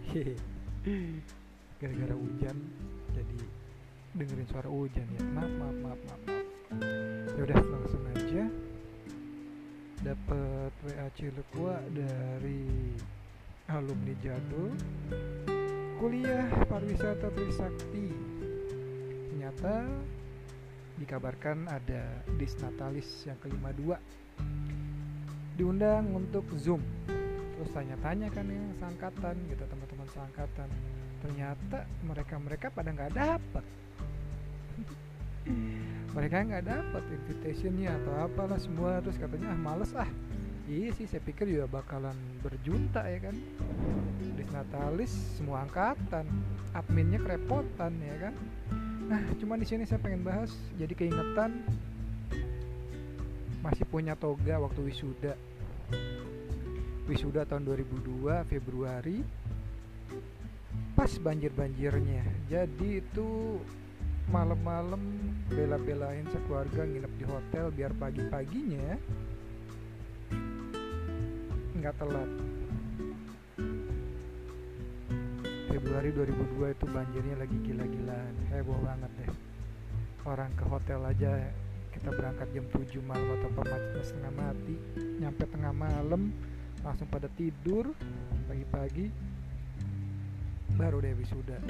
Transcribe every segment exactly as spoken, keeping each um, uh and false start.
Gara-gara hujan jadi dengerin suara hujan ya. Maaf, maaf, maaf, maaf, maaf. Ya udah langsung aja. Dapat W A cilik gua dari alumni jadul kuliah pariwisata Trisakti. Ternyata dikabarkan ada Disnatalis yang kelima dua diundang untuk Zoom. Terus tanya-tanya kan yang seangkatan gitu, teman-teman seangkatan. Ternyata mereka-mereka pada nggak dapet. Mereka nggak dapet invitationnya atau apalah semua. Terus katanya ah males ah. Iya sih, saya pikir juga bakalan berjuta ya kan. Disnatalis semua angkatan, adminnya kerepotan ya kan. Nah, cuman di sini saya pengen bahas, jadi keingetan masih punya toga waktu wisuda. Wisuda tahun dua ribu dua Februari, pas banjir-banjirnya. Jadi itu malam-malam bela-belain sekeluarga nginep di hotel biar pagi-paginya nggak telat. Februari dua ribu dua itu banjirnya lagi gila-gilaan, heboh banget deh. Orang ke hotel aja kita berangkat jam tujuh malam atau macetnya setengah mati, nyampe tengah malam langsung pada tidur, pagi-pagi baru deh wisuda.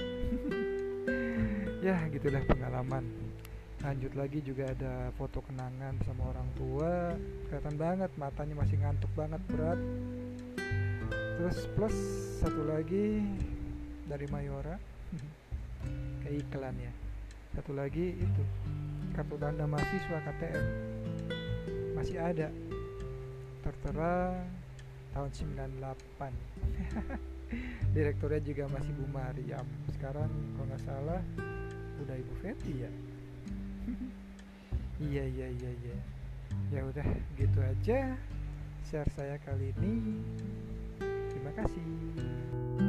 Ya gitulah pengalaman. Lanjut lagi juga ada foto kenangan sama orang tua, kelihatan banget matanya masih ngantuk banget, berat. Terus plus satu lagi dari Mayora, kayak iklan ya. Satu lagi itu kartu tanda mahasiswa K T M masih ada, tertera tahun sembilan puluh delapan. Direkturnya juga masih Bu Mariam. Sekarang kalau nggak salah udah Ibu Feti ya. Iya iya iya iya. Ya udah gitu aja share saya kali ini. Terima kasih.